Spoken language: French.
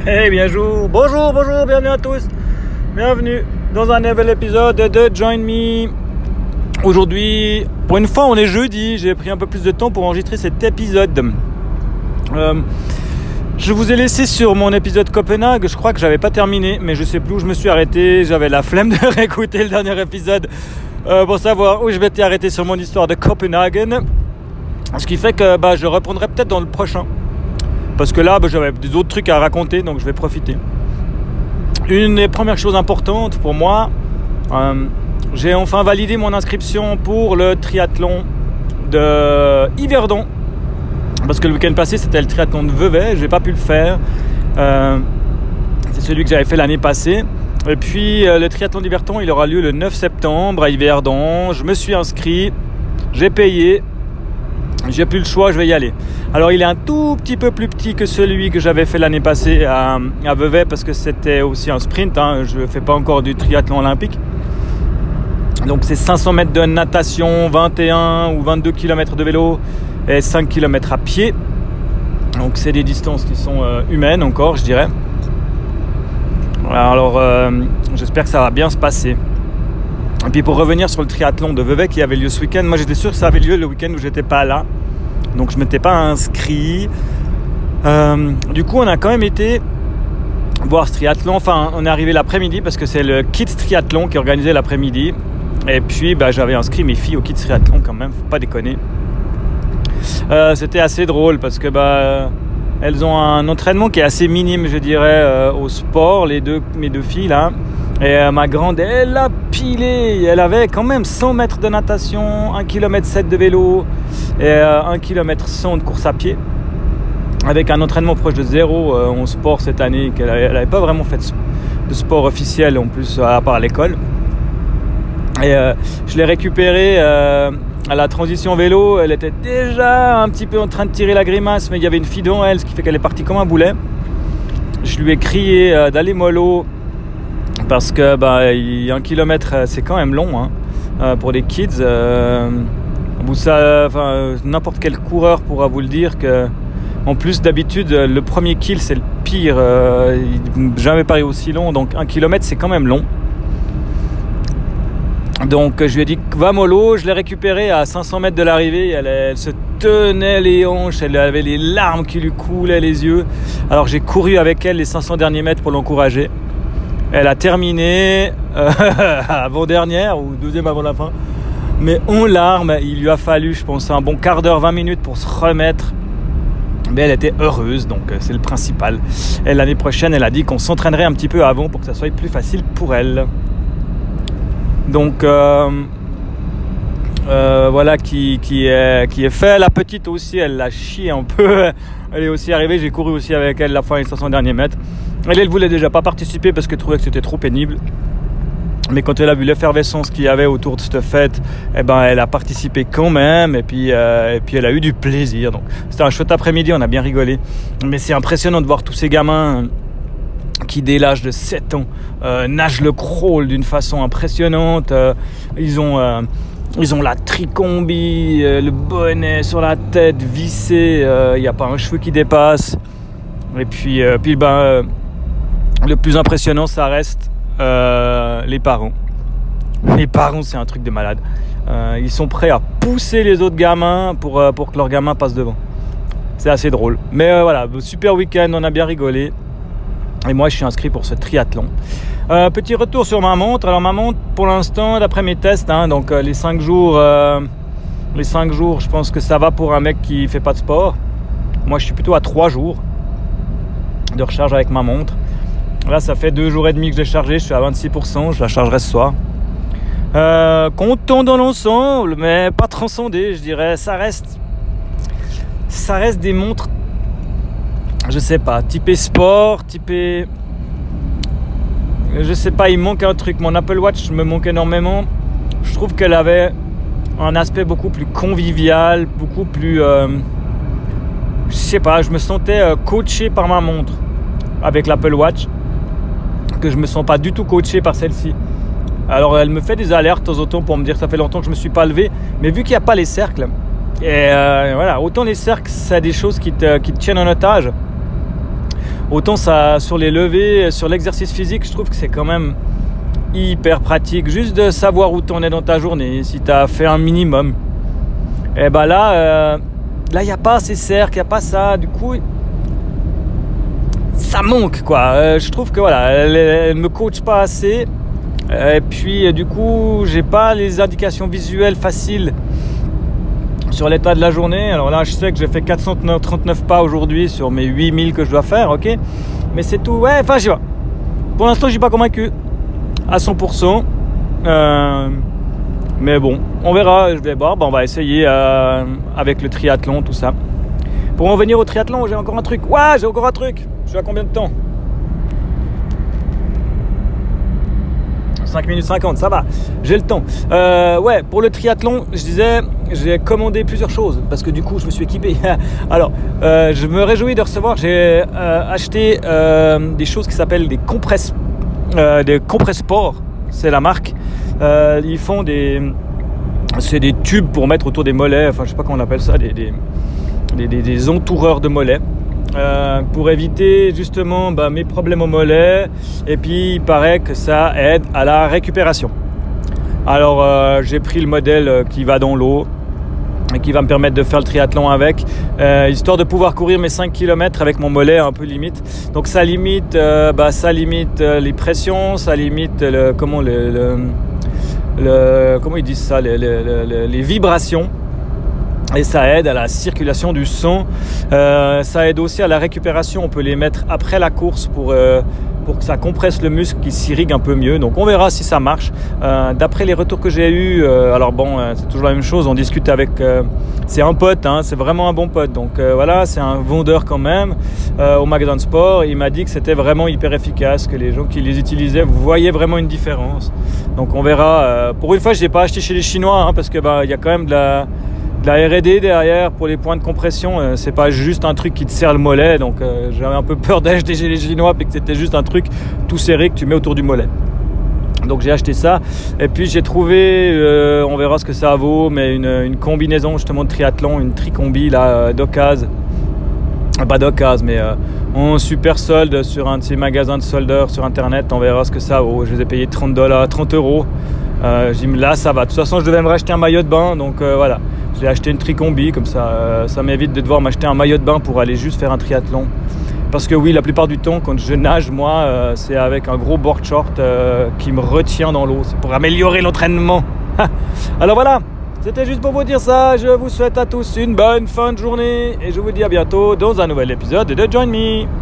Eh bien, bonjour, bienvenue à tous. Bienvenue dans un nouvel épisode de Join Me. Aujourd'hui, pour une fois, on est jeudi. J'ai pris un peu plus de temps pour enregistrer cet épisode. Je vous ai laissé sur mon épisode Copenhague. Je crois que j'avais pas terminé, mais je sais plus où je me suis arrêté. J'avais la flemme de réécouter le dernier épisode pour savoir où je m'étais arrêté sur mon histoire de Copenhague. Ce qui fait que je reprendrai peut-être dans le prochain. Parce que là, j'avais des autres trucs à raconter, donc je vais profiter. Une des premières choses importantes pour moi, j'ai enfin validé mon inscription pour le triathlon de Yverdon. Parce que le week-end passé, c'était le triathlon de Vevey, je n'ai pas pu le faire. C'est celui que j'avais fait l'année passée. Et puis, le triathlon d'Yverdon, il aura lieu le 9 septembre à Yverdon. Je me suis inscrit, j'ai payé. J'ai plus le choix, je vais y aller. Alors il est un tout petit peu plus petit que celui que j'avais fait l'année passée à Vevey parce que c'était aussi un sprint, Je ne fais pas encore du triathlon olympique. Donc c'est 500 mètres de natation, 21 ou 22 km de vélo et 5 km à pied. Donc c'est des distances qui sont humaines encore, je dirais. Alors j'espère que ça va bien se passer. Et puis pour revenir sur le triathlon de Vevey qui avait lieu ce week-end, moi j'étais sûr que ça avait lieu le week-end où j'étais pas là, donc je m'étais pas inscrit. Du coup on a quand même été voir ce triathlon. Enfin on est arrivé l'après-midi parce que c'est le Kids Triathlon qui est organisé l'après-midi. Et puis j'avais inscrit mes filles au Kids Triathlon quand même, faut pas déconner. C'était assez drôle parce que elles ont un entraînement qui est assez minime, je dirais, au sport, mes deux filles là. Et ma grande, elle a pilé. Elle avait quand même 100 mètres de natation, 1,7 km de vélo et 1,1 km de course à pied. Avec un entraînement proche de zéro en sport cette année. Elle n'avait pas vraiment fait de sport officiel en plus, à part l'école. Et je l'ai récupérée à la transition vélo. Elle était déjà un petit peu en train de tirer la grimace, mais il y avait une fille devant elle, ce qui fait qu'elle est partie comme un boulet. Je lui ai crié d'aller mollo. Parce que 1 km c'est quand même long pour des kids. N'importe quel coureur pourra vous le dire que, en plus d'habitude le premier kill c'est le pire. Jamais paru aussi long, donc 1 km c'est quand même long. Donc je lui ai dit va mollo, je l'ai récupérée à 500 mètres de l'arrivée. Elle se tenait les hanches, elle avait les larmes qui lui coulaient les yeux. Alors j'ai couru avec elle les 500 derniers mètres pour l'encourager. Elle a terminé avant-dernière ou deuxième avant la fin. Mais en larmes, il lui a fallu, je pense, un bon quart d'heure, 20 minutes pour se remettre. Mais elle était heureuse, donc c'est le principal. Et l'année prochaine, elle a dit qu'on s'entraînerait un petit peu avant pour que ça soit plus facile pour elle. Donc voilà qui est fait. La petite aussi, elle l'a chié un peu. Elle est aussi arrivée, j'ai couru aussi avec elle la fin des 500 derniers mètres. Elle voulait déjà pas participer parce qu'elle trouvait que c'était trop pénible. Mais quand elle a vu l'effervescence qu'il y avait autour de cette fête, elle a participé quand même. Et puis elle a eu du plaisir. Donc c'était un chouette après-midi, on a bien rigolé. Mais c'est impressionnant de voir tous ces gamins qui, dès l'âge de 7 ans, nagent le crawl d'une façon impressionnante. Ils ont la tricombi, le bonnet sur la tête vissé. Il n'y a pas un cheveu qui dépasse. Et puis le plus impressionnant, ça reste les parents. Les parents, c'est un truc de malade. Ils sont prêts à pousser les autres gamins pour que leurs gamins passent devant. C'est assez drôle. Mais voilà, super week-end, on a bien rigolé. Et moi, je suis inscrit pour ce triathlon. Petit retour sur ma montre. Alors, ma montre, pour l'instant, d'après mes tests, donc les 5 jours, je pense que ça va pour un mec qui fait pas de sport. Moi, je suis plutôt à 3 jours de recharge avec ma montre. Là, ça fait 2 jours et demi que je l'ai chargé. Je suis à 26%. Je la chargerai ce soir. Content dans l'ensemble, mais pas transcendé, je dirais. Ça reste des montres, je sais pas, typé sport, typé... Je sais pas, il me manque un truc. Mon Apple Watch me manque énormément. Je trouve qu'elle avait un aspect beaucoup plus convivial, beaucoup plus... je sais pas, je me sentais coaché par ma montre avec l'Apple Watch, que je me sens pas du tout coaché par celle-ci. Alors elle me fait des alertes de temps en temps pour me dire que ça fait longtemps que je me suis pas levé, mais vu qu'il n'y a pas les cercles, et voilà, autant les cercles c'est des choses qui te tiennent en otage, autant ça, sur les levées, sur l'exercice physique, je trouve que c'est quand même hyper pratique. Juste de savoir où tu en es dans ta journée, si tu as fait un minimum. Et ben là, il n'y a pas ces cercles, il n'y a pas ça. Du coup, ça manque, quoi. Je trouve que voilà, elle me coach pas assez. Et puis, du coup, j'ai pas les indications visuelles faciles sur l'état de la journée. Alors là, je sais que j'ai fait 439 pas aujourd'hui sur mes 8000 que je dois faire, ok. Mais c'est tout. Ouais, enfin, j'y vais. Pour l'instant, je suis pas convaincu à 100%. Mais bon, on verra. Je vais voir. Bon, on va essayer avec le triathlon, tout ça. Pour en venir au triathlon, j'ai encore un truc. Ouais, j'ai encore un truc. Je suis à combien de temps ? 5 minutes 50, ça va, j'ai le temps. Ouais, pour le triathlon, je disais, j'ai commandé plusieurs choses parce que du coup, je me suis équipé. Alors, je me réjouis de recevoir, j'ai acheté des choses qui s'appellent des Compressport, c'est la marque. Ils font c'est des tubes pour mettre autour des mollets, enfin, je sais pas comment on appelle ça, des entoureurs de mollets. Pour éviter justement mes problèmes au mollet, et puis il paraît que ça aide à la récupération. Alors j'ai pris le modèle qui va dans l'eau et qui va me permettre de faire le triathlon avec, histoire de pouvoir courir mes 5 km avec mon mollet un peu limite. Donc ça limite les pressions, ça limite comment ils disent ça, les vibrations. Et ça aide à la circulation du sang, ça aide aussi à la récupération. On peut les mettre après la course pour que ça compresse le muscle, qui s'irrigue un peu mieux. Donc on verra si ça marche. D'après les retours que j'ai eus, alors bon, c'est toujours la même chose. On discute avec, c'est un pote, hein, c'est vraiment un bon pote. Donc voilà, c'est un vendeur quand même au magasin de sport. Il m'a dit que c'était vraiment hyper efficace, que les gens qui les utilisaient voyaient vraiment une différence. Donc on verra. Pour une fois, je l'ai pas acheté chez les Chinois, hein, parce que il y a quand même de la R&D derrière pour les points de compression. C'est pas juste un truc qui te serre le mollet, donc j'avais un peu peur d'acheter chez les Chinois puis que c'était juste un truc tout serré que tu mets autour du mollet. Donc j'ai acheté ça, et puis j'ai trouvé, on verra ce que ça vaut, mais une combinaison justement de triathlon, une tricombi là d'occasion, pas d'occasion, mais en super solde sur un de ces magasins de soldeurs sur internet. On verra ce que ça vaut. Je les ai payés 30 €. J'ai dit là ça va. De toute façon je devais me racheter un maillot de bain, donc voilà. J'ai acheté une tricombi, comme ça, ça m'évite de devoir m'acheter un maillot de bain pour aller juste faire un triathlon. Parce que oui, la plupart du temps, quand je nage, moi, c'est avec un gros board short qui me retient dans l'eau. C'est pour améliorer l'entraînement. Alors voilà, c'était juste pour vous dire ça. Je vous souhaite à tous une bonne fin de journée et je vous dis à bientôt dans un nouvel épisode de Join Me.